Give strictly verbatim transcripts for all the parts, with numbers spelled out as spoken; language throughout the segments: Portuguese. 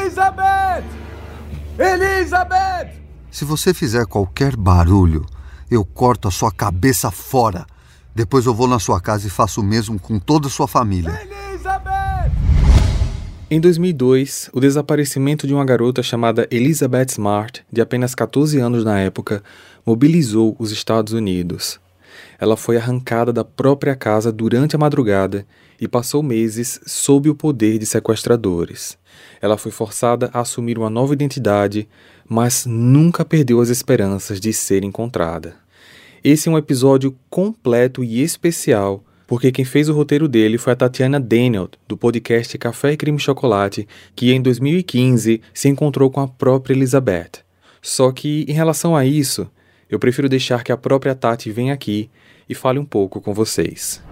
Elizabeth! Elizabeth! Se você fizer qualquer barulho, eu corto a sua cabeça fora. Depois eu vou na sua casa e faço o mesmo com toda a sua família. Elizabeth! Em dois mil e dois, o desaparecimento de uma garota chamada Elizabeth Smart, de apenas catorze anos na época, mobilizou os Estados Unidos. Ela foi arrancada da própria casa durante a madrugada e passou meses sob o poder de sequestradores. Ela foi forçada a assumir uma nova identidade, mas nunca perdeu as esperanças de ser encontrada. Esse é um episódio completo e especial, porque quem fez o roteiro dele foi a Tatiana Daniel, do podcast Café, Crime e Chocolate, que em dois mil e quinze se encontrou com a própria Elizabeth. Só que, em relação a isso, eu prefiro deixar que a própria Tati venha aqui e fale um pouco com vocês.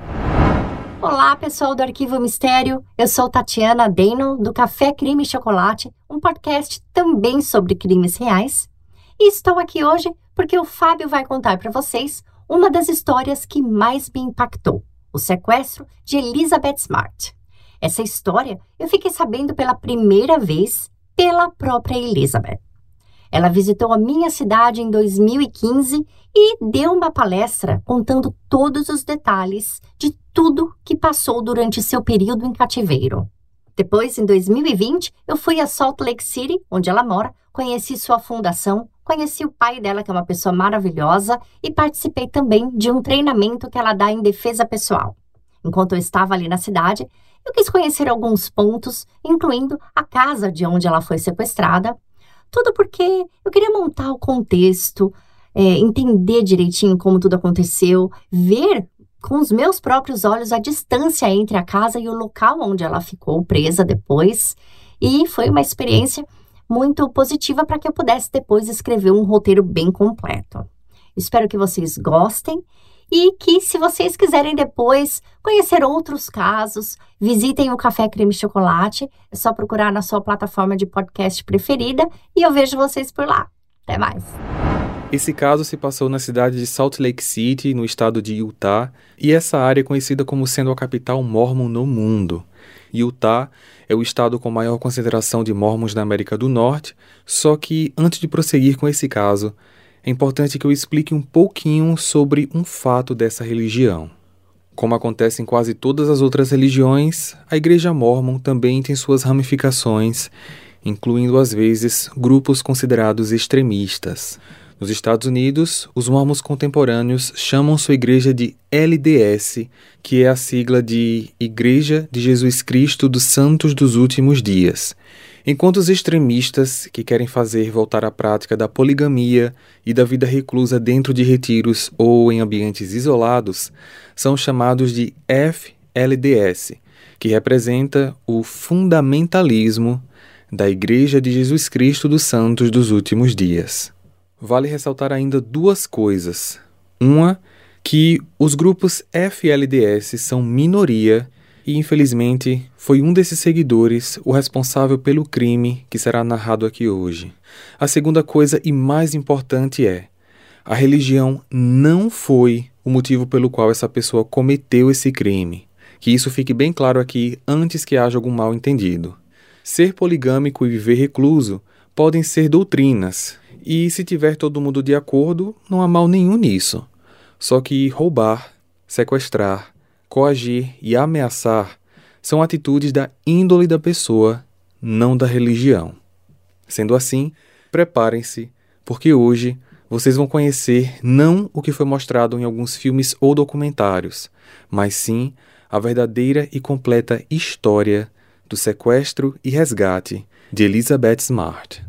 Olá, pessoal do Arquivo Mistério. Eu sou Tatiana Daniel, do Café, Crime e Chocolate, um podcast também sobre crimes reais. E estou aqui hoje porque o Fábio vai contar para vocês uma das histórias que mais me impactou, o sequestro de Elizabeth Smart. Essa história eu fiquei sabendo pela primeira vez pela própria Elizabeth. Ela visitou a minha cidade em dois mil e quinze e deu uma palestra contando todos os detalhes de tudo que passou durante seu período em cativeiro. Depois, em dois mil e vinte, eu fui a Salt Lake City, onde ela mora, conheci sua fundação, conheci o pai dela, que é uma pessoa maravilhosa, e participei também de um treinamento que ela dá em defesa pessoal. Enquanto eu estava ali na cidade, eu quis conhecer alguns pontos, incluindo a casa de onde ela foi sequestrada. Tudo porque eu queria montar o contexto, é, entender direitinho como tudo aconteceu, ver com os meus próprios olhos a distância entre a casa e o local onde ela ficou presa depois. E foi uma experiência muito positiva para que eu pudesse depois escrever um roteiro bem completo. Espero que vocês gostem e que, se vocês quiserem depois conhecer outros casos, visitem o Café, Crime e Chocolate. É só procurar na sua plataforma de podcast preferida e eu vejo vocês por lá. Até mais! Esse caso se passou na cidade de Salt Lake City, no estado de Utah, e essa área é conhecida como sendo a capital mórmon no mundo. Utah é o estado com maior concentração de mórmons na América do Norte, só que, antes de prosseguir com esse caso, é importante que eu explique um pouquinho sobre um fato dessa religião. Como acontece em quase todas as outras religiões, a Igreja Mórmon também tem suas ramificações, incluindo às vezes grupos considerados extremistas. Nos Estados Unidos, os mórmons contemporâneos chamam sua igreja de L D S, que é a sigla de Igreja de Jesus Cristo dos Santos dos Últimos Dias, enquanto os extremistas, que querem fazer voltar à prática da poligamia e da vida reclusa dentro de retiros ou em ambientes isolados, são chamados de F L D S, que representa o fundamentalismo da Igreja de Jesus Cristo dos Santos dos Últimos Dias. Vale ressaltar ainda duas coisas. Uma, que os grupos F L D S são minoria e, infelizmente, foi um desses seguidores o responsável pelo crime que será narrado aqui hoje. A segunda coisa e mais importante é: a religião não foi o motivo pelo qual essa pessoa cometeu esse crime. Que isso fique bem claro aqui antes que haja algum mal entendido. Ser poligâmico e viver recluso podem ser doutrinas, e se tiver todo mundo de acordo, não há mal nenhum nisso. Só que roubar, sequestrar, coagir e ameaçar são atitudes da índole da pessoa, não da religião. Sendo assim, preparem-se, porque hoje vocês vão conhecer não o que foi mostrado em alguns filmes ou documentários, mas sim a verdadeira e completa história do sequestro e resgate de Elizabeth Smart.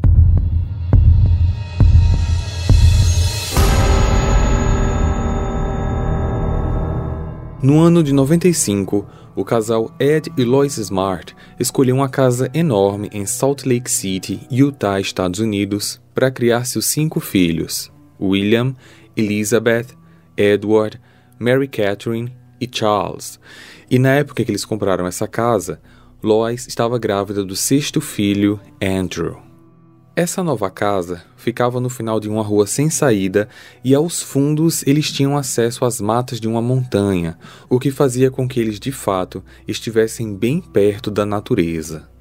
No ano de noventa e cinco, o casal Ed e Lois Smart escolheu uma casa enorme em Salt Lake City, Utah, Estados Unidos, para criar seus cinco filhos: William, Elizabeth, Edward, Mary Catherine e Charles. E na época que eles compraram essa casa, Lois estava grávida do sexto filho, Andrew. Essa nova casa ficava no final de uma rua sem saída e aos fundos eles tinham acesso às matas de uma montanha, o que fazia com que eles de fato estivessem bem perto da natureza.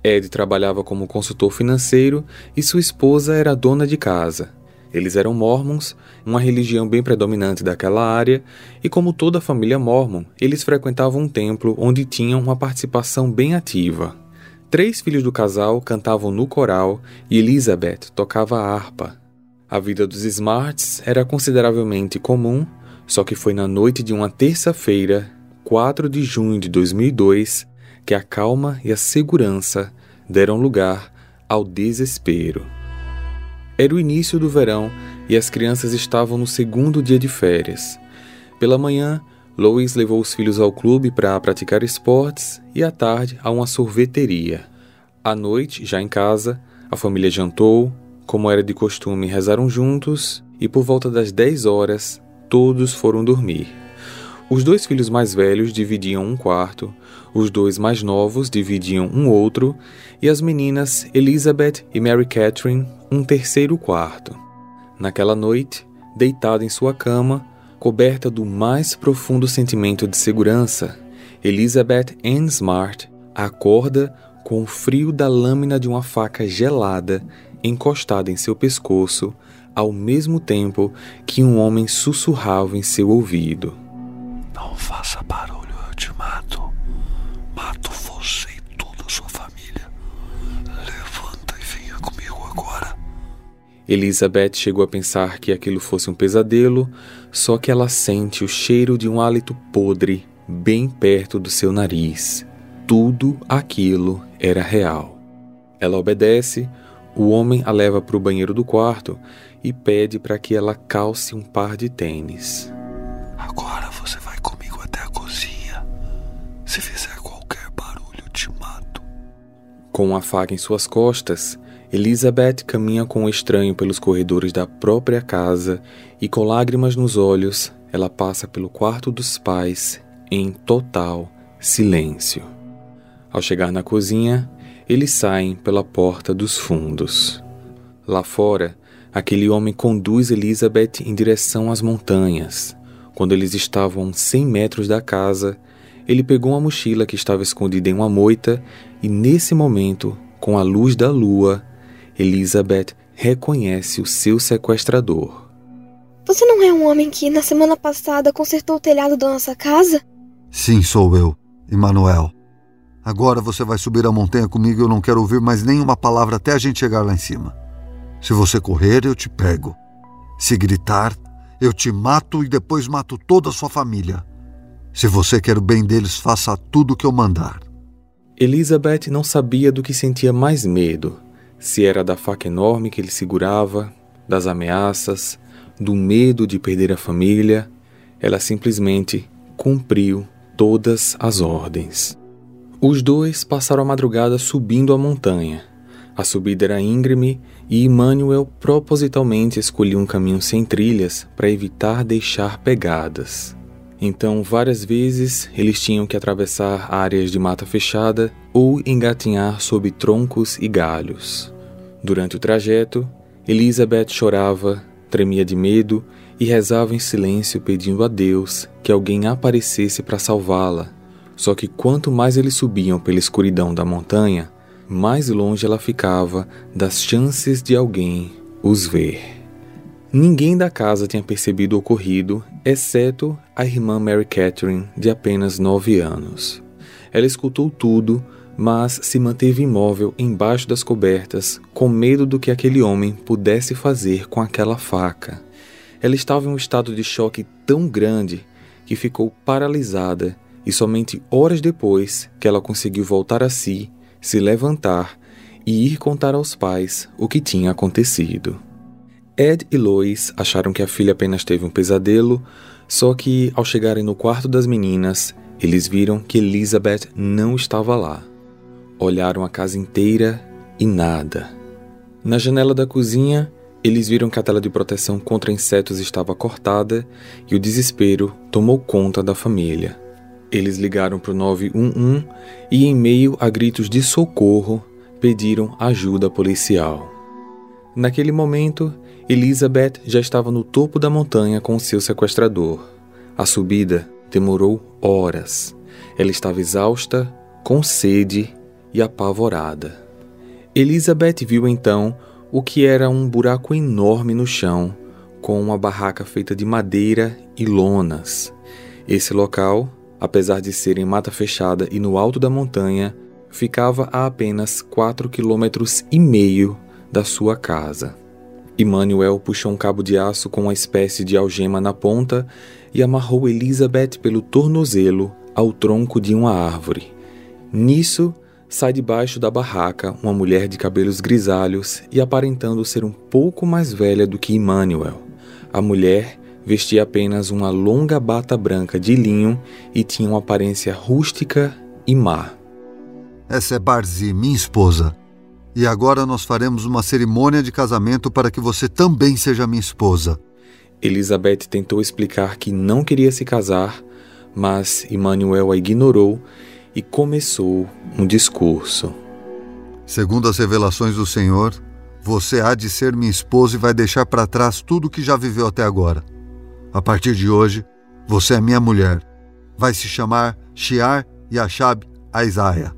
Ed trabalhava como consultor financeiro e sua esposa era dona de casa. Eles eram mormons, uma religião bem predominante daquela área, e como toda a família mormon, eles frequentavam um templo onde tinham uma participação bem ativa. Três filhos do casal cantavam no coral e Elizabeth tocava a harpa. A vida dos Smarts era consideravelmente comum, só que foi na noite de uma terça-feira, quatro de junho de dois mil e dois, que a calma e a segurança deram lugar ao desespero. Era o início do verão e as crianças estavam no segundo dia de férias. Pela manhã, Lois levou os filhos ao clube para praticar esportes e à tarde a uma sorveteria. À noite, já em casa, a família jantou, como era de costume, rezaram juntos e por volta das dez horas, todos foram dormir. Os dois filhos mais velhos dividiam um quarto, os dois mais novos dividiam um outro e as meninas Elizabeth e Mary Catherine um terceiro quarto. Naquela noite, deitada em sua cama, coberta do mais profundo sentimento de segurança, Elizabeth Ann Smart acorda com o frio da lâmina de uma faca gelada encostada em seu pescoço, ao mesmo tempo que um homem sussurrava em seu ouvido. Não faça barulho, eu te mato. Mato você e toda a sua família. Levanta e venha comigo agora. Elizabeth chegou a pensar que aquilo fosse um pesadelo, só que ela sente o cheiro de um hálito podre bem perto do seu nariz. Tudo aquilo era real. Ela obedece, o homem a leva para o banheiro do quarto e pede para que ela calce um par de tênis. Agora você vai comigo até a cozinha. Se fizer qualquer barulho, eu te mato. Com a faca em suas costas, Elizabeth caminha com o estranho pelos corredores da própria casa e, com lágrimas nos olhos, ela passa pelo quarto dos pais em total silêncio. Ao chegar na cozinha, eles saem pela porta dos fundos. Lá fora, aquele homem conduz Elizabeth em direção às montanhas. Quando eles estavam a cem metros da casa, ele pegou uma mochila que estava escondida em uma moita e, nesse momento, com a luz da lua, Elizabeth reconhece o seu sequestrador. Você não é um homem que, na semana passada, consertou o telhado da nossa casa? Sim, sou eu, Emmanuel. Agora você vai subir a montanha comigo e eu não quero ouvir mais nenhuma palavra até a gente chegar lá em cima. Se você correr, eu te pego. Se gritar, eu te mato e depois mato toda a sua família. Se você quer o bem deles, faça tudo o que eu mandar. Elizabeth não sabia do que sentia mais medo. Se era da faca enorme que ele segurava, das ameaças, do medo de perder a família. Ela simplesmente cumpriu todas as ordens. Os dois passaram a madrugada subindo a montanha. A subida era íngreme e Emmanuel propositalmente escolheu um caminho sem trilhas para evitar deixar pegadas. Então, várias vezes, eles tinham que atravessar áreas de mata fechada ou engatinhar sob troncos e galhos. Durante o trajeto, Elizabeth chorava, tremia de medo e rezava em silêncio pedindo a Deus que alguém aparecesse para salvá-la. Só que quanto mais eles subiam pela escuridão da montanha, mais longe ela ficava das chances de alguém os ver. Ninguém da casa tinha percebido o ocorrido, exceto a irmã Mary Catherine, de apenas nove anos. Ela escutou tudo, mas se manteve imóvel embaixo das cobertas, com medo do que aquele homem pudesse fazer com aquela faca. Ela estava em um estado de choque tão grande que ficou paralisada e somente horas depois que ela conseguiu voltar a si, se levantar e ir contar aos pais o que tinha acontecido. Ed e Lois acharam que a filha apenas teve um pesadelo, só que ao chegarem no quarto das meninas, eles viram que Elizabeth não estava lá. Olharam a casa inteira e nada. Na janela da cozinha, eles viram que a tela de proteção contra insetos estava cortada e o desespero tomou conta da família. Eles ligaram para o nove um um e, em meio a gritos de socorro, pediram ajuda policial. Naquele momento, Elizabeth já estava no topo da montanha com seu sequestrador. A subida demorou horas. Ela estava exausta, com sede e apavorada. Elizabeth viu então o que era um buraco enorme no chão, com uma barraca feita de madeira e lonas. Esse local, apesar de ser em mata fechada e no alto da montanha, ficava a apenas quatro quilômetros e meio da sua casa. Emmanuel puxou um cabo de aço com uma espécie de algema na ponta e amarrou Elizabeth pelo tornozelo ao tronco de uma árvore. Nisso, sai debaixo da barraca uma mulher de cabelos grisalhos e aparentando ser um pouco mais velha do que Emmanuel. A mulher vestia apenas uma longa bata branca de linho e tinha uma aparência rústica e má. Essa é Barzi, minha esposa. E agora nós faremos uma cerimônia de casamento para que você também seja minha esposa. Elizabeth tentou explicar que não queria se casar, mas Emmanuel a ignorou e começou um discurso. Segundo as revelações do Senhor, você há de ser minha esposa e vai deixar para trás tudo o que já viveu até agora. A partir de hoje, você é minha mulher. Vai se chamar Shiar Yashab Isaiah.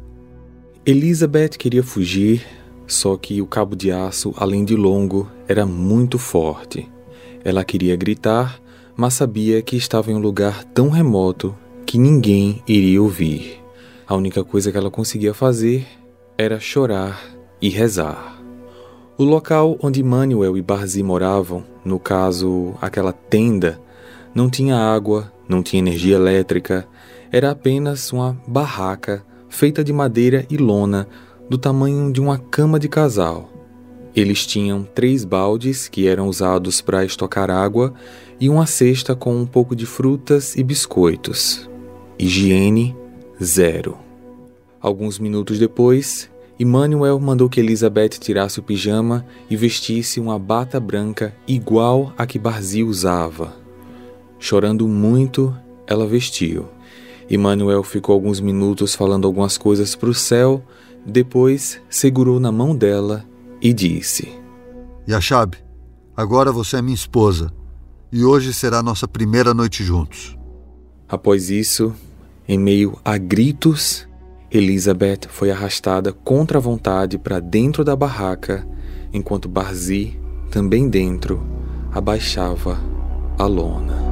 Elizabeth queria fugir, só que o cabo de aço, além de longo, era muito forte. Ela queria gritar, mas sabia que estava em um lugar tão remoto que ninguém iria ouvir. A única coisa que ela conseguia fazer era chorar e rezar. O local onde Emmanuel e Barzi moravam, no caso, aquela tenda, não tinha água, não tinha energia elétrica, era apenas uma barraca feita de madeira e lona, do tamanho de uma cama de casal. Eles tinham três baldes que eram usados para estocar água e uma cesta com um pouco de frutas e biscoitos. Higiene, zero. Alguns minutos depois, Emmanuel mandou que Elizabeth tirasse o pijama e vestisse uma bata branca igual a que Barzi usava. Chorando muito, ela vestiu. Emmanuel ficou alguns minutos falando algumas coisas para o céu, depois segurou na mão dela e disse: Yashab, agora você é minha esposa e hoje será nossa primeira noite juntos. Após isso, em meio a gritos, Elizabeth foi arrastada contra a vontade para dentro da barraca, enquanto Barzi, também dentro, abaixava a lona.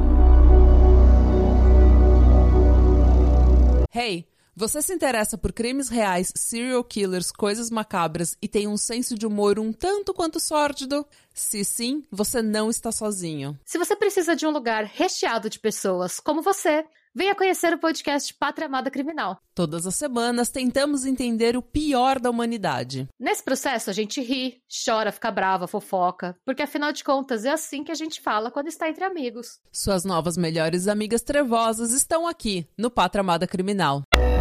Hey, você se interessa por crimes reais, serial killers, coisas macabras e tem um senso de humor um tanto quanto sórdido? Se sim, você não está sozinho. Se você precisa de um lugar recheado de pessoas como você, venha conhecer o podcast Pátria Amada Criminal. Todas as semanas tentamos entender o pior da humanidade. Nesse processo a gente ri, chora, fica brava, fofoca, porque afinal de contas é assim que a gente fala quando está entre amigos. Suas novas melhores amigas trevosas estão aqui, no Pátria Amada Criminal.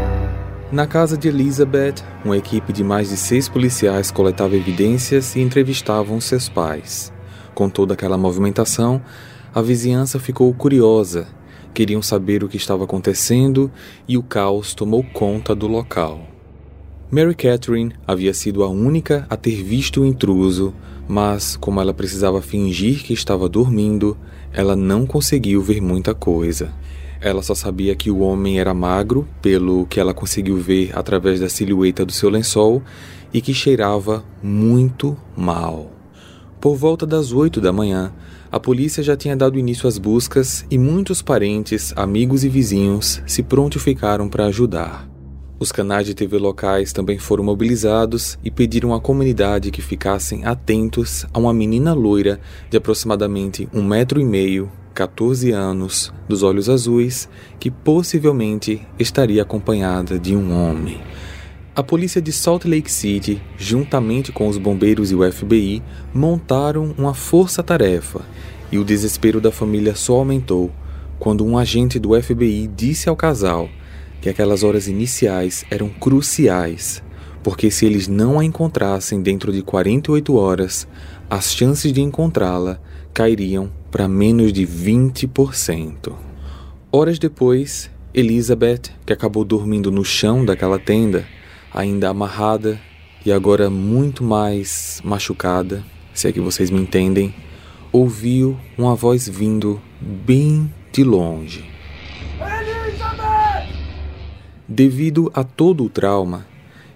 Na casa de Elizabeth, uma equipe de mais de seis policiais coletava evidências e entrevistavam seus pais. Com toda aquela movimentação, a vizinhança ficou curiosa. Queriam saber o que estava acontecendo e o caos tomou conta do local. Mary Catherine havia sido a única a ter visto o intruso, mas como ela precisava fingir que estava dormindo, ela não conseguiu ver muita coisa. Ela só sabia que o homem era magro, pelo que ela conseguiu ver através da silhueta do seu lençol, e que cheirava muito mal. Por volta das oito da manhã, a polícia já tinha dado início às buscas e muitos parentes, amigos e vizinhos se prontificaram para ajudar. Os canais de T V locais também foram mobilizados e pediram à comunidade que ficassem atentos a uma menina loira de aproximadamente um metro e meio, catorze anos, dos olhos azuis, que possivelmente estaria acompanhada de um homem. A polícia de Salt Lake City, juntamente com os bombeiros e o F B I, montaram uma força-tarefa e o desespero da família só aumentou quando um agente do F B I disse ao casal que aquelas horas iniciais eram cruciais, porque se eles não a encontrassem dentro de quarenta e oito horas, as chances de encontrá-la cairiam para menos de vinte por cento. Horas depois, Elizabeth, que acabou dormindo no chão daquela tenda, ainda amarrada e agora muito mais machucada, se é que vocês me entendem, ouviu uma voz vindo bem de longe. Elizabeth! Devido a todo o trauma,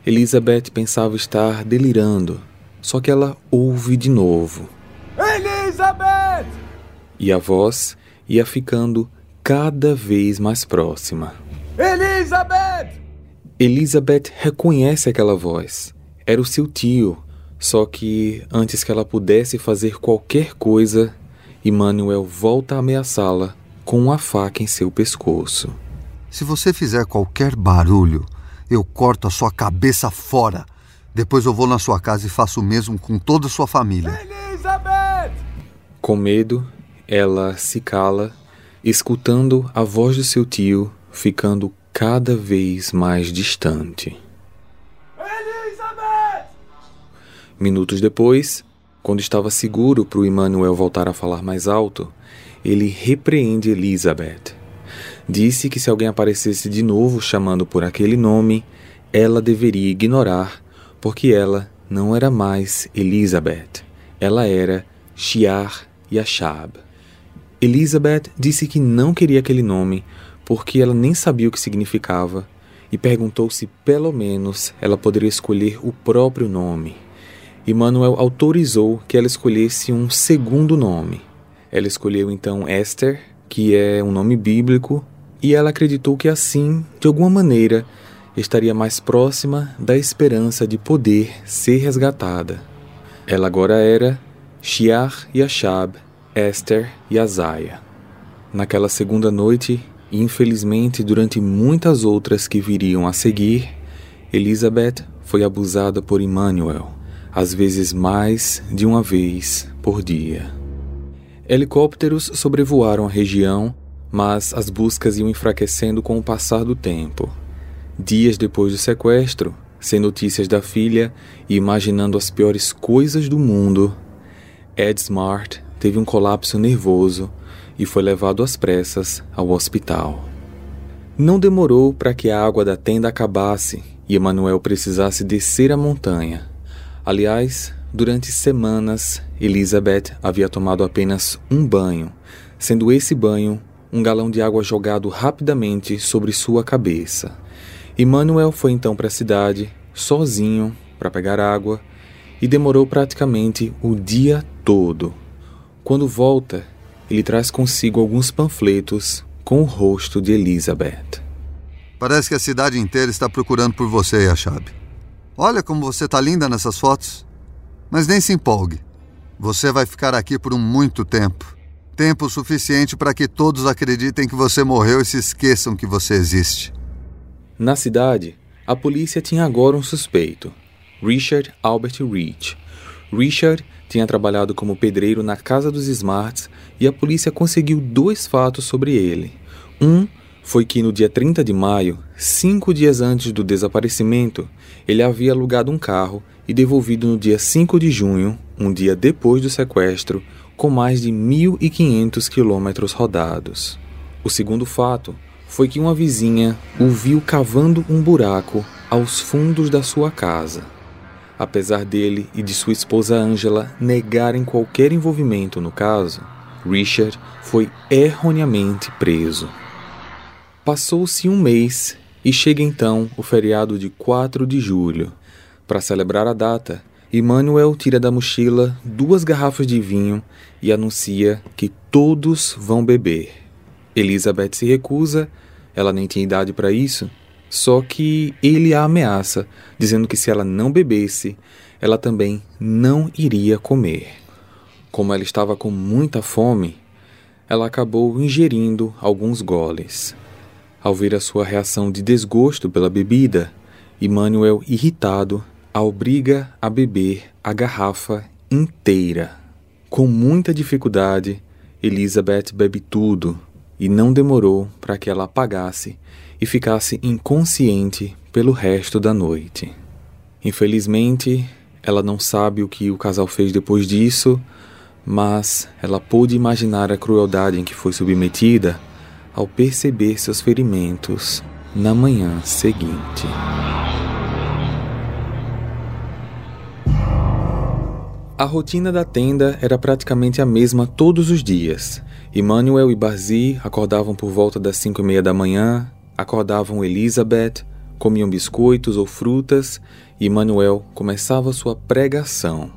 Elizabeth pensava estar delirando, só que ela ouve de novo. Elizabeth! E a voz ia ficando cada vez mais próxima. Elizabeth! Elizabeth reconhece aquela voz. Era o seu tio, só que antes que ela pudesse fazer qualquer coisa, Emmanuel volta a ameaçá-la com uma faca em seu pescoço. Se você fizer qualquer barulho, eu corto a sua cabeça fora. Depois eu vou na sua casa e faço o mesmo com toda a sua família. Elizabeth! Com medo, ela se cala, escutando a voz do seu tio ficando cada vez mais distante. Elizabeth! Minutos depois, quando estava seguro para o Emmanuel voltar a falar mais alto, ele repreende Elizabeth. Disse que se alguém aparecesse de novo chamando por aquele nome, ela deveria ignorar, porque ela não era mais Elizabeth. Ela era Shiar Yashab. Elizabeth disse que não queria aquele nome, porque ela nem sabia o que significava, e perguntou se pelo menos ela poderia escolher o próprio nome. Emmanuel autorizou que ela escolhesse um segundo nome. Ela escolheu então Esther, que é um nome bíblico, e ela acreditou que assim, de alguma maneira, estaria mais próxima da esperança de poder ser resgatada. Ela agora era Shiar Yashab Esther Yazaya. Naquela segunda noite, e infelizmente durante muitas outras que viriam a seguir, Elizabeth foi abusada por Emmanuel, às vezes mais de uma vez por dia. Helicópteros sobrevoaram a região, mas as buscas iam enfraquecendo com o passar do tempo. Dias depois do sequestro, sem notícias da filha e imaginando as piores coisas do mundo, Ed Smart teve um colapso nervoso e foi levado às pressas ao hospital. Não demorou para que a água da tenda acabasse e Emmanuel precisasse descer a montanha. Aliás, durante semanas, Elizabeth havia tomado apenas um banho, sendo esse banho um galão de água jogado rapidamente sobre sua cabeça. Emmanuel foi então para a cidade, sozinho, para pegar água, e demorou praticamente o dia todo. Quando volta, ele traz consigo alguns panfletos com o rosto de Elizabeth. Parece que a cidade inteira está procurando por você, Yashab. Olha como você está linda nessas fotos. Mas nem se empolgue. Você vai ficar aqui por um muito tempo. Tempo suficiente para que todos acreditem que você morreu e se esqueçam que você existe. Na cidade, a polícia tinha agora um suspeito, Richard Albert Rich. Richard tinha trabalhado como pedreiro na casa dos Smarts e a polícia conseguiu dois fatos sobre ele. Um foi que no dia trinta de maio, cinco dias antes do desaparecimento, ele havia alugado um carro e devolvido no dia cinco de junho, um dia depois do sequestro, com mais de mil e quinhentos quilômetros rodados. O segundo fato foi que uma vizinha o viu cavando um buraco aos fundos da sua casa. Apesar dele e de sua esposa Angela negarem qualquer envolvimento no caso, Richard foi erroneamente preso. Passou-se um mês e chega então o feriado de quatro de julho. Para celebrar a data, Emmanuel tira da mochila duas garrafas de vinho e anuncia que todos vão beber. Elizabeth se recusa, ela nem tinha idade para isso, só que ele a ameaça, dizendo que se ela não bebesse, ela também não iria comer. Como ela estava com muita fome, ela acabou ingerindo alguns goles. Ao ver a sua reação de desgosto pela bebida, Emmanuel, irritado, a obriga a beber a garrafa inteira. Com muita dificuldade, Elizabeth bebe tudo e não demorou para que ela apagasse e ficasse inconsciente pelo resto da noite. Infelizmente, ela não sabe o que o casal fez depois disso, mas ela pôde imaginar a crueldade em que foi submetida ao perceber seus ferimentos na manhã seguinte. A rotina da tenda era praticamente a mesma todos os dias. Emmanuel e Barzi acordavam por volta das cinco e meia da manhã, acordavam Elizabeth, comiam biscoitos ou frutas e Manuel começava sua pregação.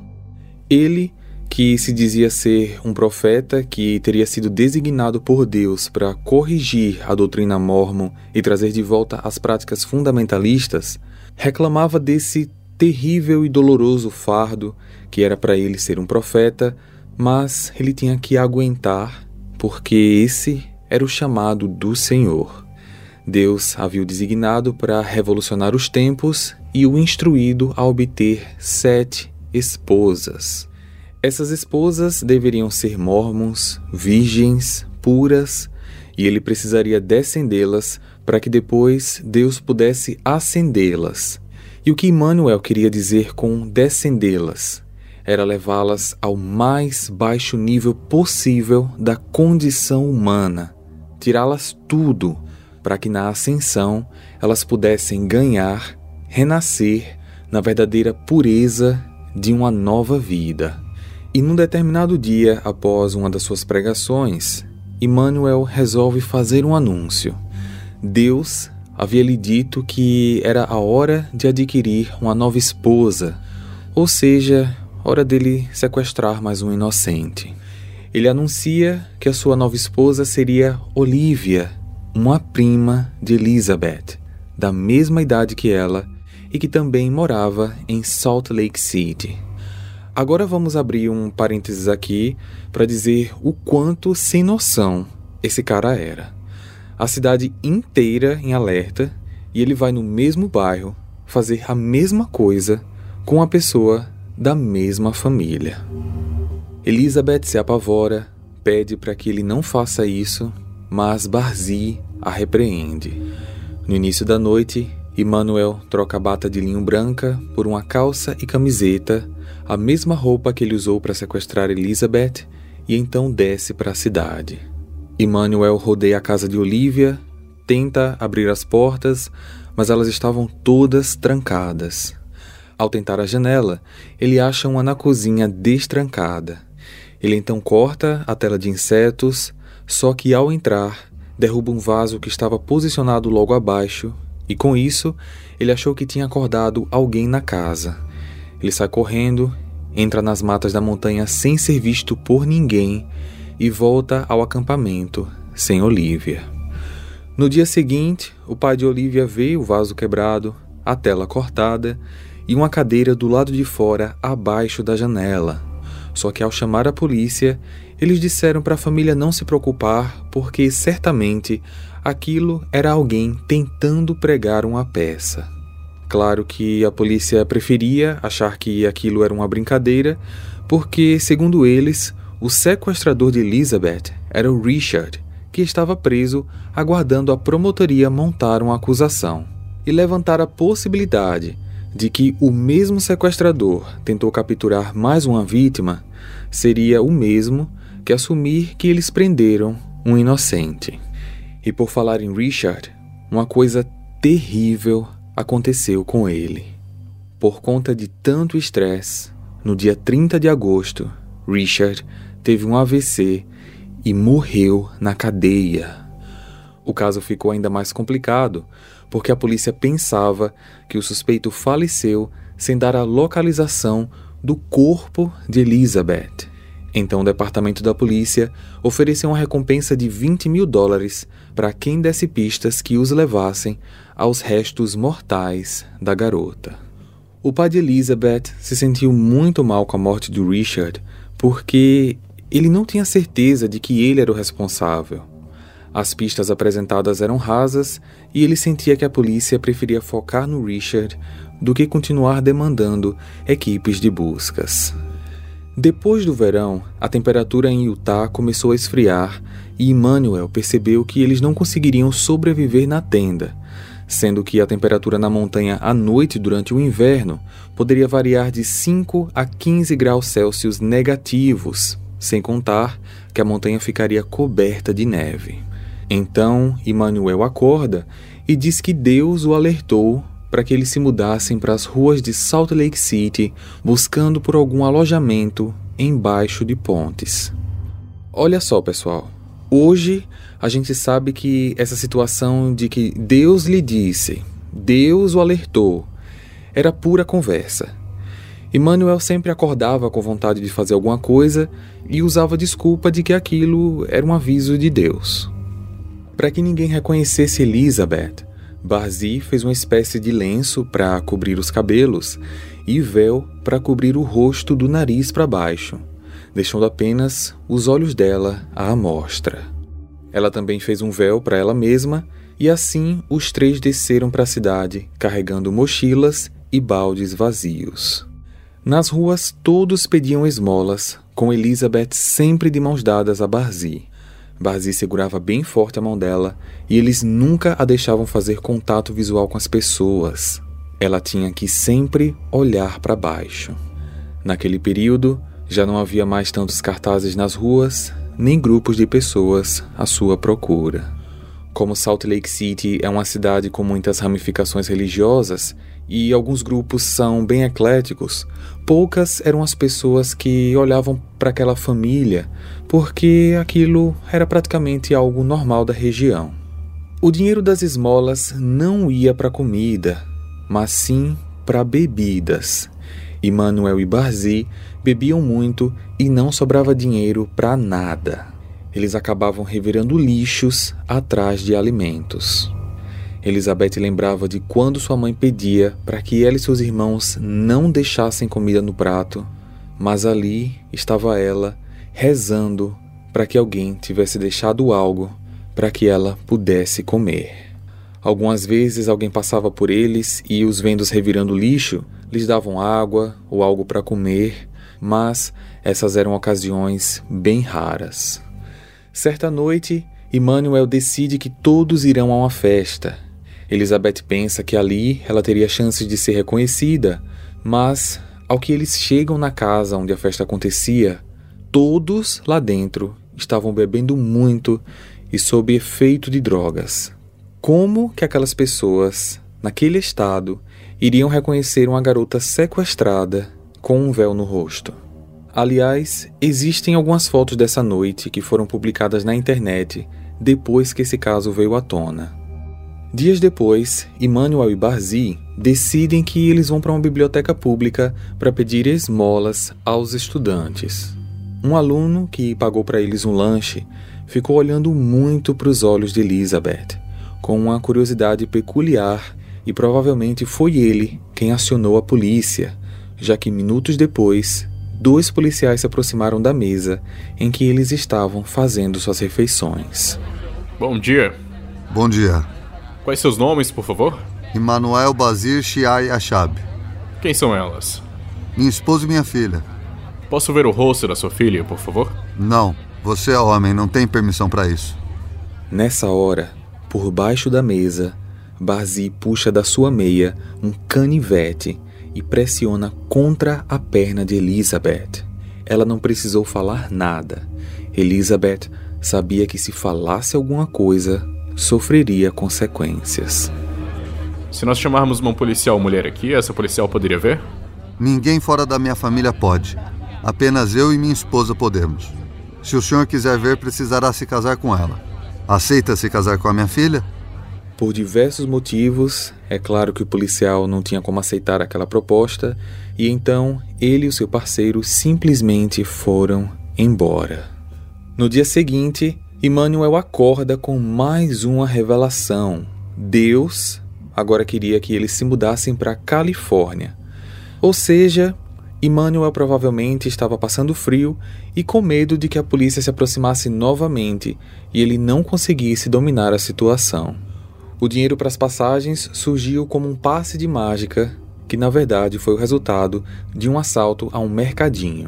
Ele, que se dizia ser um profeta que teria sido designado por Deus para corrigir a doutrina mórmon e trazer de volta as práticas fundamentalistas, reclamava desse terrível e doloroso fardo que era para ele ser um profeta, mas ele tinha que aguentar, porque esse era o chamado do Senhor. Deus havia o designado para revolucionar os tempos e o instruído a obter sete esposas. Essas esposas deveriam ser mórmons, virgens, puras, e ele precisaria descendê-las para que depois Deus pudesse ascendê-las. E o que Emmanuel queria dizer com descendê-las era levá-las ao mais baixo nível possível da condição humana, tirá-las tudo para que na ascensão elas pudessem ganhar, renascer na verdadeira pureza de uma nova vida. E num determinado dia, após uma das suas pregações, Emmanuel resolve fazer um anúncio. Deus havia lhe dito que era a hora de adquirir uma nova esposa, ou seja, hora dele sequestrar mais um inocente. Ele anuncia que a sua nova esposa seria Olivia, uma prima de Elizabeth, da mesma idade que ela e que também morava em Salt Lake City. Agora vamos abrir um parênteses aqui para dizer o quanto sem noção esse cara era. A cidade inteira em alerta e ele vai no mesmo bairro fazer a mesma coisa com uma pessoa da mesma família. Elizabeth se apavora, pede para que ele não faça isso, mas Barzee a repreende. No início da noite, Emmanuel troca a bata de linho branca por uma calça e camiseta, a mesma roupa que ele usou para sequestrar Elizabeth, e então desce para a cidade. Emmanuel rodeia a casa de Olivia, tenta abrir as portas, mas elas estavam todas trancadas. Ao tentar a janela, ele acha uma na cozinha destrancada. Ele então corta a tela de insetos, só que ao entrar, derruba um vaso que estava posicionado logo abaixo, e com isso, ele achou que tinha acordado alguém na casa. Ele sai correndo, entra nas matas da montanha sem ser visto por ninguém e volta ao acampamento sem Olivia. No dia seguinte, o pai de Olivia vê o vaso quebrado, a tela cortada e uma cadeira do lado de fora abaixo da janela. Só que ao chamar a polícia, eles disseram para a família não se preocupar porque certamente aquilo era alguém tentando pregar uma peça. Claro que a polícia preferia achar que aquilo era uma brincadeira, porque, segundo eles, o sequestrador de Elizabeth era o Richard, que estava preso aguardando a promotoria montar uma acusação e levantar a possibilidade de que o mesmo sequestrador tentou capturar mais uma vítima seria o mesmo que assumir que eles prenderam um inocente. E por falar em Richard, uma coisa terrível aconteceu com ele. Por conta de tanto estresse, no dia trinta de agosto, Richard teve um A V C e morreu na cadeia. O caso ficou ainda mais complicado, porque a polícia pensava que o suspeito faleceu sem dar a localização do corpo de Elizabeth. Então o departamento da polícia ofereceu uma recompensa de vinte mil dólares para quem desse pistas que os levassem aos restos mortais da garota. O pai de Elizabeth se sentiu muito mal com a morte de Richard, porque ele não tinha certeza de que ele era o responsável. As pistas apresentadas eram rasas e ele sentia que a polícia preferia focar no Richard do que continuar demandando equipes de buscas. Depois do verão, a temperatura em Utah começou a esfriar e Emmanuel percebeu que eles não conseguiriam sobreviver na tenda, sendo que a temperatura na montanha à noite durante o inverno poderia variar de cinco a quinze graus Celsius negativos, sem contar que a montanha ficaria coberta de neve. Então, Emmanuel acorda e diz que Deus o alertou para que eles se mudassem para as ruas de Salt Lake City, buscando por algum alojamento embaixo de pontes. Olha só, pessoal, hoje a gente sabe que essa situação de que Deus lhe disse, Deus o alertou. Era pura conversa. Emmanuel sempre acordava com vontade de fazer alguma coisa e usava a desculpa de que aquilo era um aviso de Deus. Para que ninguém reconhecesse Elizabeth, Barzee fez uma espécie de lenço para cobrir os cabelos e véu para cobrir o rosto do nariz para baixo, deixando apenas os olhos dela à amostra. Ela também fez um véu para ela mesma e assim os três desceram para a cidade carregando mochilas e baldes vazios. Nas ruas todos pediam esmolas, com Elizabeth sempre de mãos dadas a Barzee. Barzee segurava bem forte a mão dela e eles nunca a deixavam fazer contato visual com as pessoas. Ela tinha que sempre olhar para baixo. Naquele período, já não havia mais tantos cartazes nas ruas, nem grupos de pessoas à sua procura. Como Salt Lake City é uma cidade com muitas ramificações religiosas e alguns grupos são bem ecléticos, poucas eram as pessoas que olhavam para aquela família, porque aquilo era praticamente algo normal da região. O dinheiro das esmolas não ia para comida, mas sim para bebidas. Emmanuel e Barzee bebiam muito e não sobrava dinheiro para nada. Eles acabavam revirando lixos atrás de alimentos. Elizabeth lembrava de quando sua mãe pedia para que ela e seus irmãos não deixassem comida no prato, mas ali estava ela rezando para que alguém tivesse deixado algo para que ela pudesse comer. Algumas vezes alguém passava por eles e, os vendo revirando lixo, lhes davam água ou algo para comer, mas essas eram ocasiões bem raras. Certa noite, Emmanuel decide que todos irão a uma festa. Elizabeth pensa que ali ela teria chances de ser reconhecida, mas, ao que eles chegam na casa onde a festa acontecia, todos lá dentro estavam bebendo muito e sob efeito de drogas. Como que aquelas pessoas, naquele estado, iriam reconhecer uma garota sequestrada com um véu no rosto? Aliás, existem algumas fotos dessa noite que foram publicadas na internet depois que esse caso veio à tona. Dias depois, Emmanuel e Barzee decidem que eles vão para uma biblioteca pública para pedir esmolas aos estudantes. Um aluno que pagou para eles um lanche ficou olhando muito para os olhos de Elizabeth, com uma curiosidade peculiar, e provavelmente foi ele quem acionou a polícia, já que minutos depois, dois policiais se aproximaram da mesa em que eles estavam fazendo suas refeições. Bom dia. Bom dia. Quais seus nomes, por favor? Emmanuel Bazir Shiai Achab. Quem são elas? Minha esposa e minha filha. Posso ver o rosto da sua filha, por favor? Não, você é homem, não tem permissão para isso. Nessa hora, por baixo da mesa, Barzee puxa da sua meia um canivete e pressiona contra a perna de Elizabeth. Ela não precisou falar nada. Elizabeth sabia que se falasse alguma coisa, sofreria consequências. Se nós chamarmos uma policial mulher aqui, essa policial poderia ver? Ninguém fora da minha família pode. Apenas eu e minha esposa podemos. Se o senhor quiser ver, precisará se casar com ela. Aceita se casar com a minha filha? Por diversos motivos, é claro que o policial não tinha como aceitar aquela proposta, e então ele e o seu parceiro simplesmente foram embora. No dia seguinte, Emmanuel acorda com mais uma revelação. Deus agora queria que eles se mudassem para a Califórnia. Ou seja, Emmanuel provavelmente estava passando frio e com medo de que a polícia se aproximasse novamente e ele não conseguisse dominar a situação. O dinheiro para as passagens surgiu como um passe de mágica, que na verdade foi o resultado de um assalto a um mercadinho.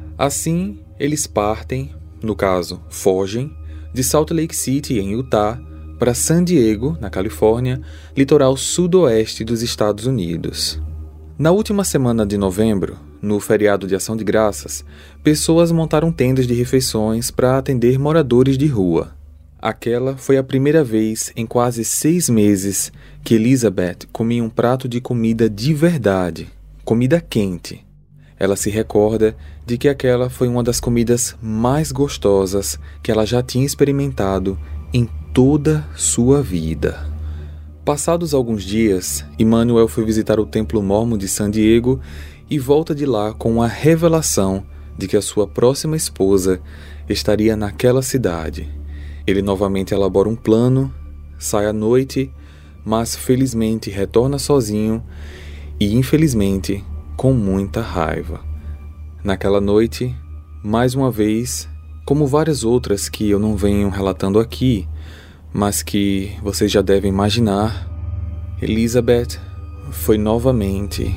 Assim, eles partem, no caso, fogem, de Salt Lake City, em Utah, para San Diego, na Califórnia, litoral sudoeste dos Estados Unidos. Na última semana de novembro, no feriado de Ação de Graças, pessoas montaram tendas de refeições para atender moradores de rua. Aquela foi a primeira vez em quase seis meses que Elizabeth comia um prato de comida de verdade, comida quente. Ela se recorda de que aquela foi uma das comidas mais gostosas que ela já tinha experimentado em toda sua vida. Passados alguns dias, Emmanuel foi visitar o Templo Mórmon de San Diego e volta de lá com a revelação de que a sua próxima esposa estaria naquela cidade. Ele novamente elabora um plano, sai à noite, mas felizmente retorna sozinho e, infelizmente, com muita raiva. Naquela noite, mais uma vez, como várias outras que eu não venho relatando aqui, mas que vocês já devem imaginar, Elizabeth foi novamente...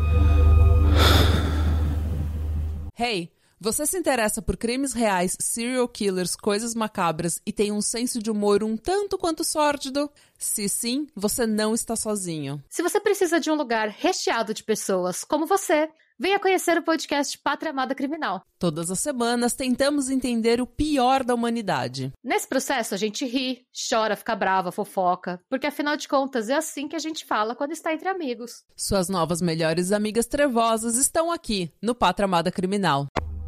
Hey, você se interessa por crimes reais, serial killers, coisas macabras e tem um senso de humor um tanto quanto sórdido? Se sim, você não está sozinho. Se você precisa de um lugar recheado de pessoas como você, venha conhecer o podcast Pátria Amada Criminal. Todas as semanas tentamos entender o pior da humanidade. Nesse processo a gente ri, chora, fica brava, fofoca, porque afinal de contas é assim que a gente fala quando está entre amigos. Suas novas melhores amigas trevosas estão aqui, no Pátria Amada Criminal.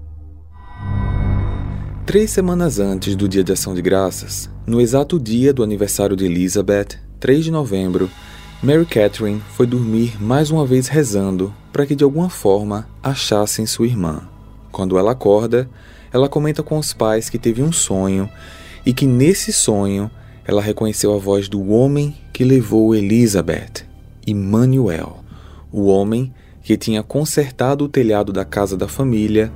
Três semanas antes do Dia de Ação de Graças, no exato dia do aniversário de Elizabeth, três de novembro, Mary Catherine foi dormir mais uma vez rezando para que de alguma forma achassem sua irmã. Quando ela acorda, ela comenta com os pais que teve um sonho e que nesse sonho ela reconheceu a voz do homem que levou Elizabeth, Emmanuel, o homem que tinha consertado o telhado da casa da família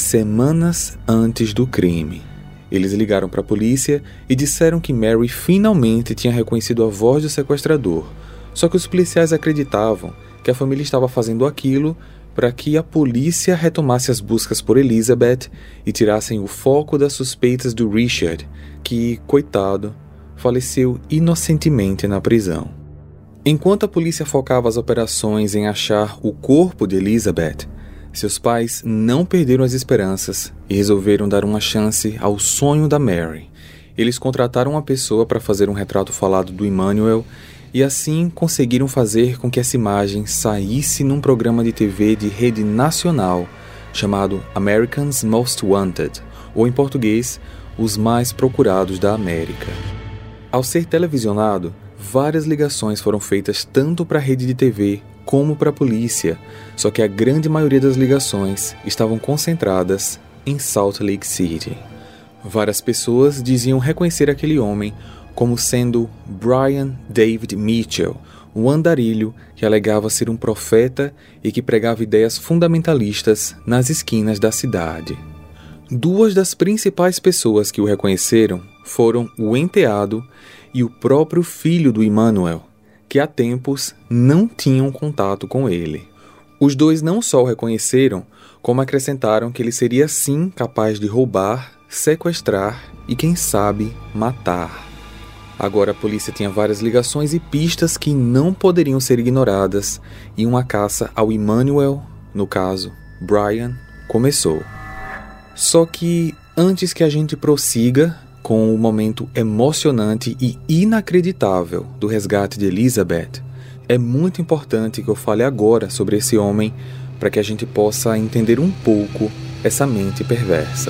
semanas antes do crime. Eles ligaram para a polícia e disseram que Mary finalmente tinha reconhecido a voz do sequestrador. Só que os policiais acreditavam que a família estava fazendo aquilo para que a polícia retomasse as buscas por Elizabeth e tirassem o foco das suspeitas do Richard, que, coitado, faleceu inocentemente na prisão. Enquanto a polícia focava as operações em achar o corpo de Elizabeth, seus pais não perderam as esperanças e resolveram dar uma chance ao sonho da Mary. Eles contrataram uma pessoa para fazer um retrato falado do Emmanuel e assim conseguiram fazer com que essa imagem saísse num programa de T V de rede nacional chamado America's Most Wanted, ou em português, Os Mais Procurados da América. Ao ser televisionado, várias ligações foram feitas tanto para a rede de T V como para a polícia, só que a grande maioria das ligações estavam concentradas em Salt Lake City. Várias pessoas diziam reconhecer aquele homem como sendo Brian David Mitchell, um andarilho que alegava ser um profeta e que pregava ideias fundamentalistas nas esquinas da cidade. Duas das principais pessoas que o reconheceram foram o enteado e o próprio filho do Emmanuel, que há tempos não tinham contato com ele. Os dois não só o reconheceram, como acrescentaram que ele seria sim capaz de roubar, sequestrar e, quem sabe, matar. Agora a polícia tinha várias ligações e pistas que não poderiam ser ignoradas e uma caça ao Emmanuel, no caso, Brian, começou. Só que, antes que a gente prossiga com o momento emocionante e inacreditável do resgate de Elizabeth, é muito importante que eu fale agora sobre esse homem para que a gente possa entender um pouco essa mente perversa.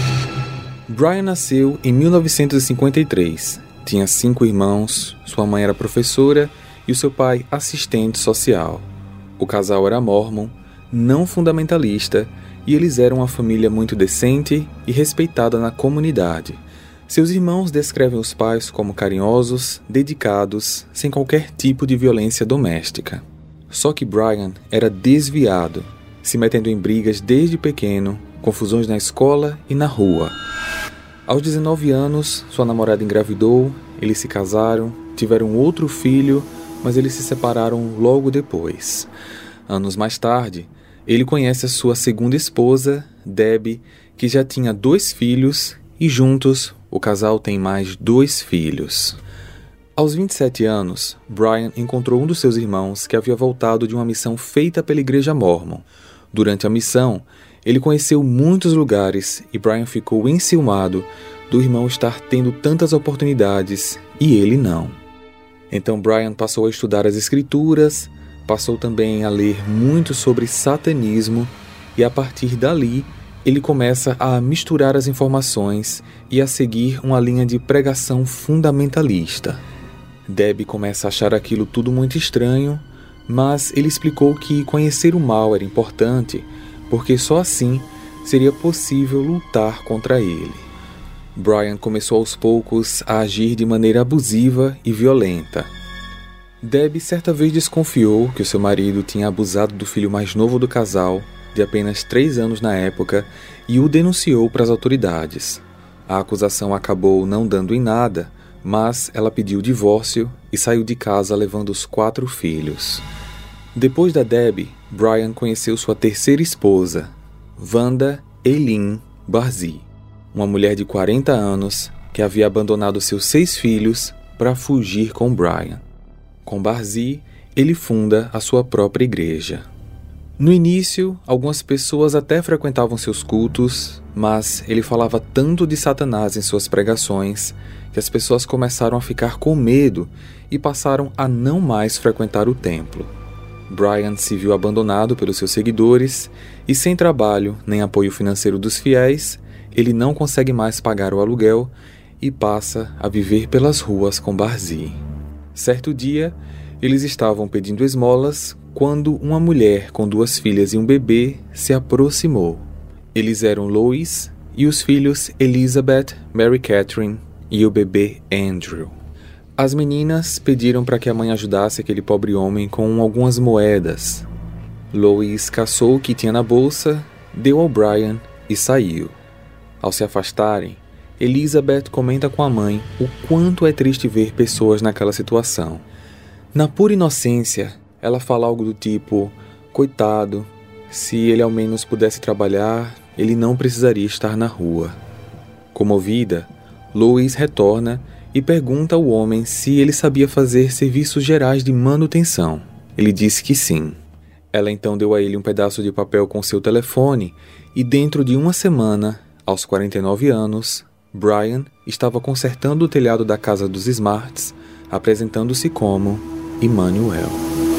Brian nasceu em mil novecentos e cinquenta e três. Tinha cinco irmãos, sua mãe era professora e o seu pai assistente social. O casal era mórmon, não fundamentalista, e eles eram uma família muito decente e respeitada na comunidade. Seus irmãos descrevem os pais como carinhosos, dedicados, sem qualquer tipo de violência doméstica. Só que Brian era desviado, se metendo em brigas desde pequeno, confusões na escola e na rua. Aos dezenove anos, sua namorada engravidou, eles se casaram, tiveram outro filho, mas eles se separaram logo depois. Anos mais tarde, ele conhece a sua segunda esposa, Debbie, que já tinha dois filhos e juntos o casal tem mais dois filhos. Aos vinte e sete anos, Brian encontrou um dos seus irmãos que havia voltado de uma missão feita pela igreja mórmon. Durante a missão, ele conheceu muitos lugares e Brian ficou enciumado do irmão estar tendo tantas oportunidades e ele não. Então Brian passou a estudar as escrituras, passou também a ler muito sobre satanismo e a partir dali ele começa a misturar as informações e a seguir uma linha de pregação fundamentalista. Debbie começa a achar aquilo tudo muito estranho, mas ele explicou que conhecer o mal era importante, porque só assim seria possível lutar contra ele. Brian começou aos poucos a agir de maneira abusiva e violenta. Debbie certa vez desconfiou que o seu marido tinha abusado do filho mais novo do casal, de apenas três anos na época, e o denunciou para as autoridades. A acusação acabou não dando em nada, mas ela pediu o divórcio e saiu de casa levando os quatro filhos. Depois da Debbie, Brian conheceu sua terceira esposa, Wanda Eileen Barzee, uma mulher de quarenta anos que havia abandonado seus seis filhos para fugir com Brian. Com Barzee, ele funda a sua própria igreja. No início, algumas pessoas até frequentavam seus cultos, mas ele falava tanto de Satanás em suas pregações que as pessoas começaram a ficar com medo e passaram a não mais frequentar o templo. Brian se viu abandonado pelos seus seguidores e, sem trabalho nem apoio financeiro dos fiéis, ele não consegue mais pagar o aluguel e passa a viver pelas ruas com Barzee. Certo dia, eles estavam pedindo esmolas quando uma mulher com duas filhas e um bebê se aproximou. Eles eram Lois e os filhos Elizabeth, Mary Catherine e o bebê Andrew. As meninas pediram para que a mãe ajudasse aquele pobre homem com algumas moedas. Lois caçou o que tinha na bolsa, deu ao Brian e saiu. Ao se afastarem, Elizabeth comenta com a mãe o quanto é triste ver pessoas naquela situação. Na pura inocência, ela fala algo do tipo: coitado, se ele ao menos pudesse trabalhar, ele não precisaria estar na rua. Comovida, Lois retorna e pergunta ao homem se ele sabia fazer serviços gerais de manutenção. Ele disse que sim. Ela então deu a ele um pedaço de papel com seu telefone e dentro de uma semana, aos quarenta e nove anos, Brian estava consertando o telhado da casa dos Smarts, apresentando-se como Emmanuel.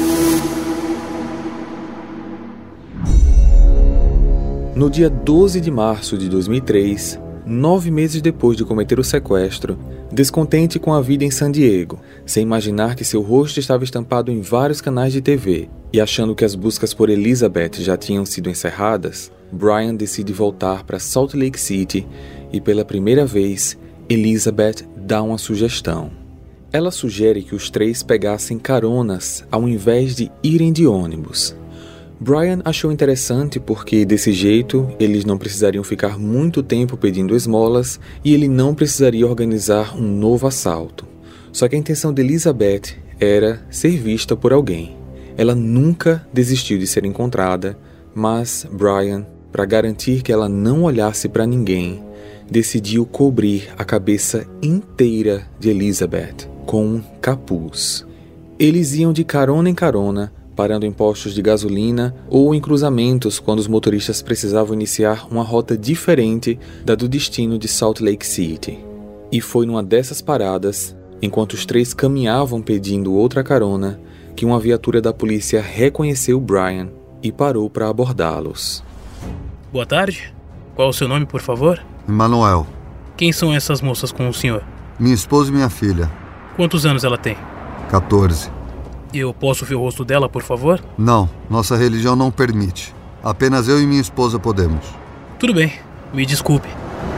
No dia doze de março de dois mil e três, nove meses depois de cometer o sequestro, descontente com a vida em San Diego, sem imaginar que seu rosto estava estampado em vários canais de T V e achando que as buscas por Elizabeth já tinham sido encerradas, Brian decide voltar para Salt Lake City e, pela primeira vez, Elizabeth dá uma sugestão. Ela sugere que os três pegassem caronas ao invés de irem de ônibus. Brian achou interessante porque, desse jeito, eles não precisariam ficar muito tempo pedindo esmolas e ele não precisaria organizar um novo assalto. Só que a intenção de Elizabeth era ser vista por alguém. Ela nunca desistiu de ser encontrada, mas Brian, para garantir que ela não olhasse para ninguém, decidiu cobrir a cabeça inteira de Elizabeth com um capuz. Eles iam de carona em carona, parando em postos de gasolina ou em cruzamentos quando os motoristas precisavam iniciar uma rota diferente da do destino de Salt Lake City. E foi numa dessas paradas, enquanto os três caminhavam pedindo outra carona, que uma viatura da polícia reconheceu Brian e parou para abordá-los. Boa tarde. Qual é o seu nome, por favor? Emmanuel. Quem são essas moças com o senhor? Minha esposa e minha filha. Quantos anos ela tem? quatorze. Eu posso ver o rosto dela, por favor? Não, nossa religião não permite. Apenas eu e minha esposa podemos. Tudo bem, me desculpe.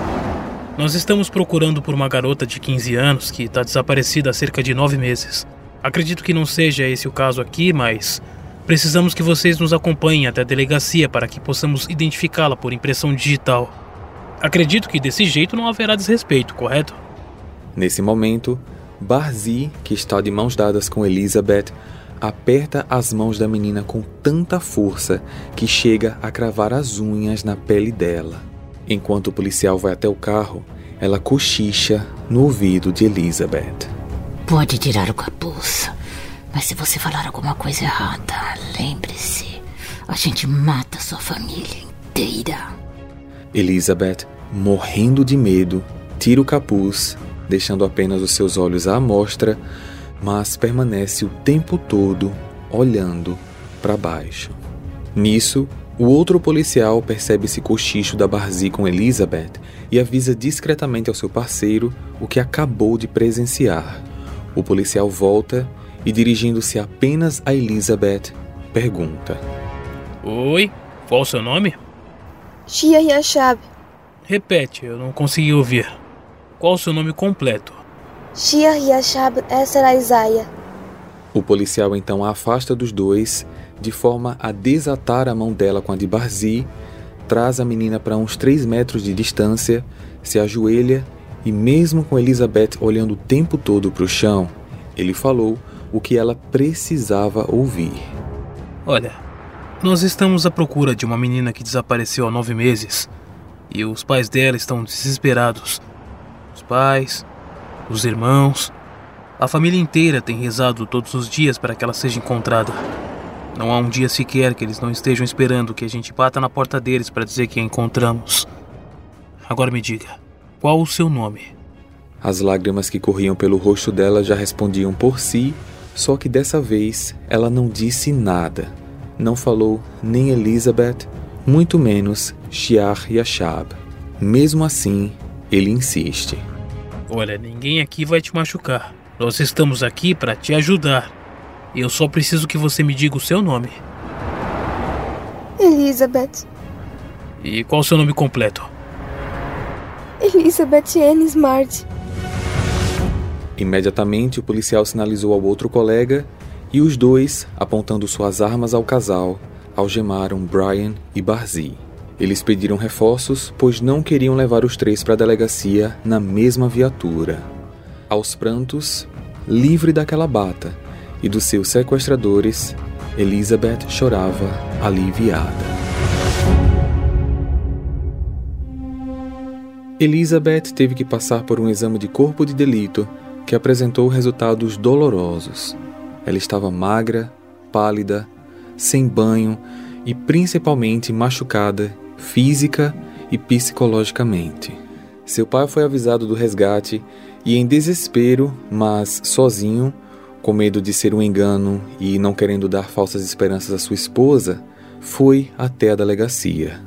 Nós estamos procurando por uma garota de quinze anos que está desaparecida há cerca de nove meses. Acredito que não seja esse o caso aqui, mas precisamos que vocês nos acompanhem até a delegacia para que possamos identificá-la por impressão digital. Acredito que desse jeito não haverá desrespeito, correto? Nesse momento, Barzee, que está de mãos dadas com Elizabeth, aperta as mãos da menina com tanta força que chega a cravar as unhas na pele dela. Enquanto o policial vai até o carro, ela cochicha no ouvido de Elizabeth. Pode tirar o capuz, mas se você falar alguma coisa errada, lembre-se, a gente mata sua família inteira. Elizabeth, morrendo de medo, tira o capuz, deixando apenas os seus olhos à mostra, mas permanece o tempo todo olhando para baixo. Nisso, o outro policial percebe esse cochicho da Barzee com Elizabeth e avisa discretamente ao seu parceiro o que acabou de presenciar. O policial volta e, dirigindo-se apenas a Elizabeth, pergunta: Oi, qual o seu nome? Shia Yashab. Repete, eu não consegui ouvir. Qual o seu nome completo? Shia Yashab Esser Isaiah. O policial então a afasta dos dois, de forma a desatar a mão dela com a de Barzee, traz a menina para uns três metros de distância, se ajoelha e, mesmo com Elizabeth olhando o tempo todo para o chão, ele falou o que ela precisava ouvir. Olha, nós estamos à procura de uma menina que desapareceu há nove meses e os pais dela estão desesperados. Os pais, os irmãos, a família inteira tem rezado todos os dias para que ela seja encontrada. Não há um dia sequer que eles não estejam esperando que a gente bata na porta deles para dizer que a encontramos. Agora me diga, qual o seu nome? As lágrimas que corriam pelo rosto dela já respondiam por si, só que dessa vez ela não disse nada. Não falou nem Elizabeth, muito menos Shia Yashab. Mesmo assim, ele insiste. Olha, ninguém aqui vai te machucar. Nós estamos aqui para te ajudar. Eu só preciso que você me diga o seu nome. Elizabeth. E qual o seu nome completo? Elizabeth Anne Smart. Imediatamente o policial sinalizou ao outro colega e os dois, apontando suas armas ao casal, algemaram Brian e Barzee. Eles pediram reforços, pois não queriam levar os três para a delegacia na mesma viatura. Aos prantos, livre daquela bata e dos seus sequestradores, Elizabeth chorava aliviada. Elizabeth teve que passar por um exame de corpo de delito que apresentou resultados dolorosos. Ela estava magra, pálida, sem banho e principalmente machucada física e psicologicamente. Seu pai foi avisado do resgate e, em desespero, mas sozinho, com medo de ser um engano e não querendo dar falsas esperanças à sua esposa, foi até a delegacia.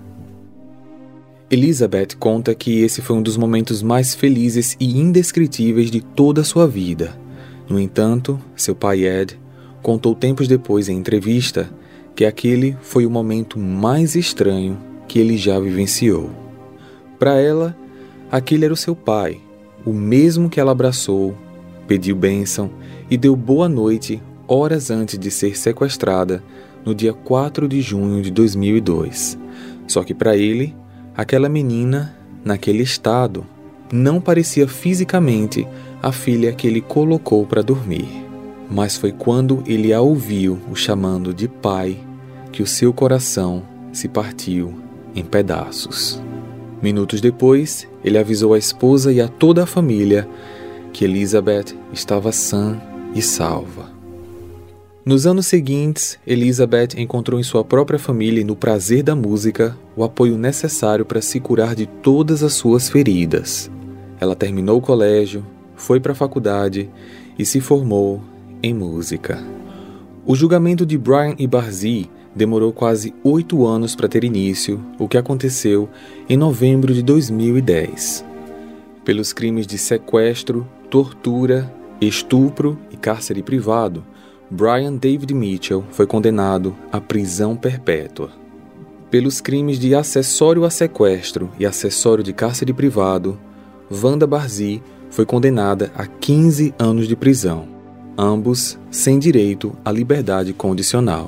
Elizabeth conta que esse foi um dos momentos mais felizes e indescritíveis de toda a sua vida. No entanto, seu pai Ed contou tempos depois em entrevista que aquele foi o momento mais estranho que ele já vivenciou. Para ela, aquele era o seu pai, o mesmo que ela abraçou, pediu bênção e deu boa noite horas antes de ser sequestrada no dia quatro de junho de dois mil e dois. Só que para ele, aquela menina, naquele estado, não parecia fisicamente a filha que ele colocou para dormir. Mas foi quando ele a ouviu o chamando de pai que o seu coração se partiu em pedaços. Minutos depois, ele avisou a esposa e a toda a família que Elizabeth estava sã e salva. Nos anos seguintes, Elizabeth encontrou em sua própria família e no prazer da música o apoio necessário para se curar de todas as suas feridas. Ela terminou o colégio, foi para a faculdade e se formou em música. O julgamento de Brian e Barzee demorou quase oito anos para ter início, o que aconteceu em novembro de dois mil e dez. Pelos crimes de sequestro, tortura, estupro e cárcere privado, Brian David Mitchell foi condenado à prisão perpétua. Pelos crimes de acessório a sequestro e acessório de cárcere privado, Wanda Barzee foi condenada a quinze anos de prisão, ambos sem direito à liberdade condicional.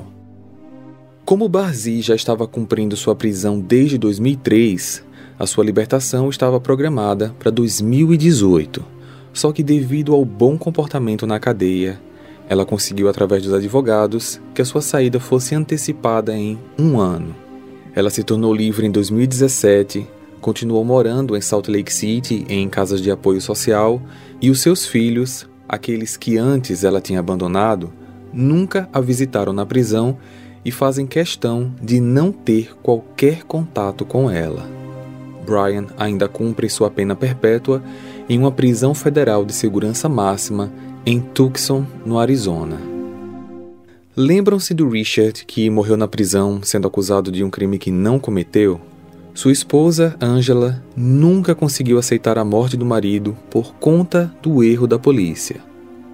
Como Barzee já estava cumprindo sua prisão desde dois mil e três, a sua libertação estava programada para dois mil e dezoito. Só que, devido ao bom comportamento na cadeia, ela conseguiu, através dos advogados, que a sua saída fosse antecipada em um ano. Ela se tornou livre em dois mil e dezessete, continuou morando em Salt Lake City em casas de apoio social e os seus filhos, aqueles que antes ela tinha abandonado, nunca a visitaram na prisão e fazem questão de não ter qualquer contato com ela. Brian ainda cumpre sua pena perpétua em uma prisão federal de segurança máxima em Tucson, no Arizona. Lembram-se do Richard, que morreu na prisão sendo acusado de um crime que não cometeu? Sua esposa, Angela, nunca conseguiu aceitar a morte do marido por conta do erro da polícia.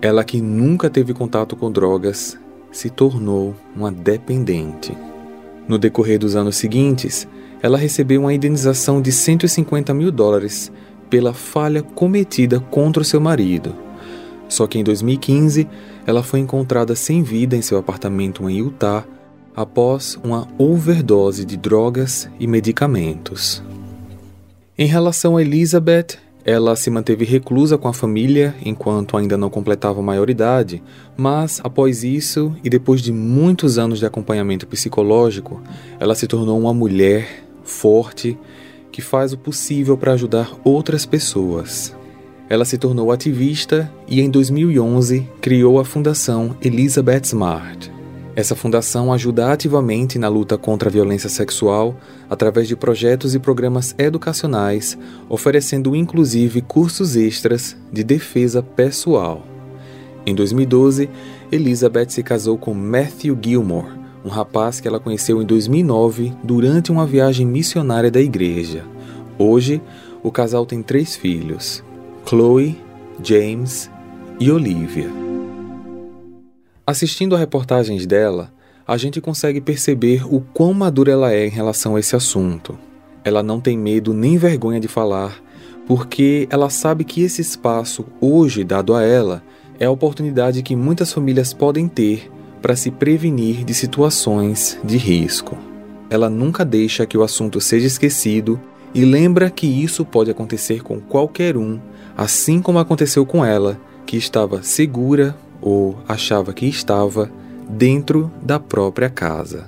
Ela, que nunca teve contato com drogas, se tornou uma dependente. No decorrer dos anos seguintes, ela recebeu uma indenização de cento e cinquenta mil dólares pela falha cometida contra o seu marido. Só que em dois mil e quinze, ela foi encontrada sem vida em seu apartamento em Utah após uma overdose de drogas e medicamentos. Em relação a Elizabeth, ela se manteve reclusa com a família enquanto ainda não completava a maioridade, mas após isso e depois de muitos anos de acompanhamento psicológico, ela se tornou uma mulher forte que faz o possível para ajudar outras pessoas. Ela se tornou ativista e em dois mil e onze criou a Fundação Elizabeth Smart. Essa fundação ajuda ativamente na luta contra a violência sexual através de projetos e programas educacionais, oferecendo inclusive cursos extras de defesa pessoal. Em dois mil e doze, Elizabeth se casou com Matthew Gilmore, um rapaz que ela conheceu em dois mil e nove durante uma viagem missionária da igreja. Hoje, o casal tem três filhos: Chloe, James e Olivia. Assistindo a reportagens dela, a gente consegue perceber o quão madura ela é em relação a esse assunto. Ela não tem medo nem vergonha de falar, porque ela sabe que esse espaço, hoje dado a ela, é a oportunidade que muitas famílias podem ter para se prevenir de situações de risco. Ela nunca deixa que o assunto seja esquecido e lembra que isso pode acontecer com qualquer um, assim como aconteceu com ela, que estava segura ou achava que estava dentro da própria casa.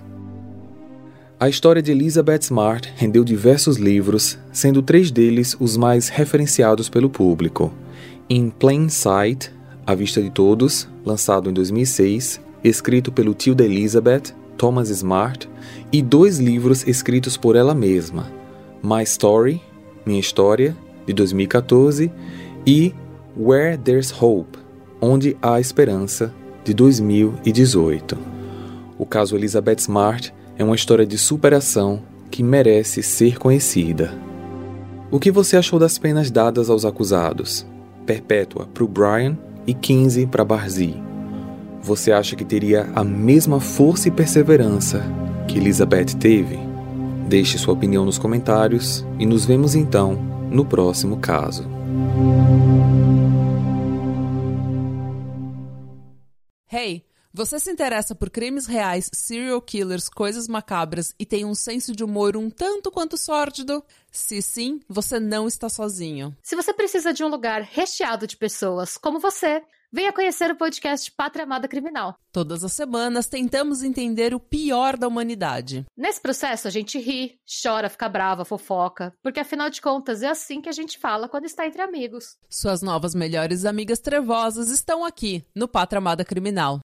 A história de Elizabeth Smart rendeu diversos livros, sendo três deles os mais referenciados pelo público. In Plain Sight, À Vista de Todos, lançado em dois mil e seis, escrito pelo tio da Elizabeth, Thomas Smart, e dois livros escritos por ela mesma, My Story, Minha História, de dois mil e quatorze, e Where There's Hope, Onde Há Esperança, de dois mil e dezoito. O caso Elizabeth Smart é uma história de superação que merece ser conhecida. O que você achou das penas dadas aos acusados? Perpétua para o Brian e quinze para Barzee. Você acha que teria a mesma força e perseverança que Elizabeth teve? Deixe sua opinião nos comentários e nos vemos então no próximo caso. Hey, você se interessa por crimes reais, serial killers, coisas macabras e tem um senso de humor um tanto quanto sórdido? Se sim, você não está sozinho. Se você precisa de um lugar recheado de pessoas como você, venha conhecer o podcast Pátria Amada Criminal. Todas as semanas tentamos entender o pior da humanidade. Nesse processo a gente ri, chora, fica brava, fofoca, porque afinal de contas é assim que a gente fala quando está entre amigos. Suas novas melhores amigas trevosas estão aqui no Pátria Amada Criminal.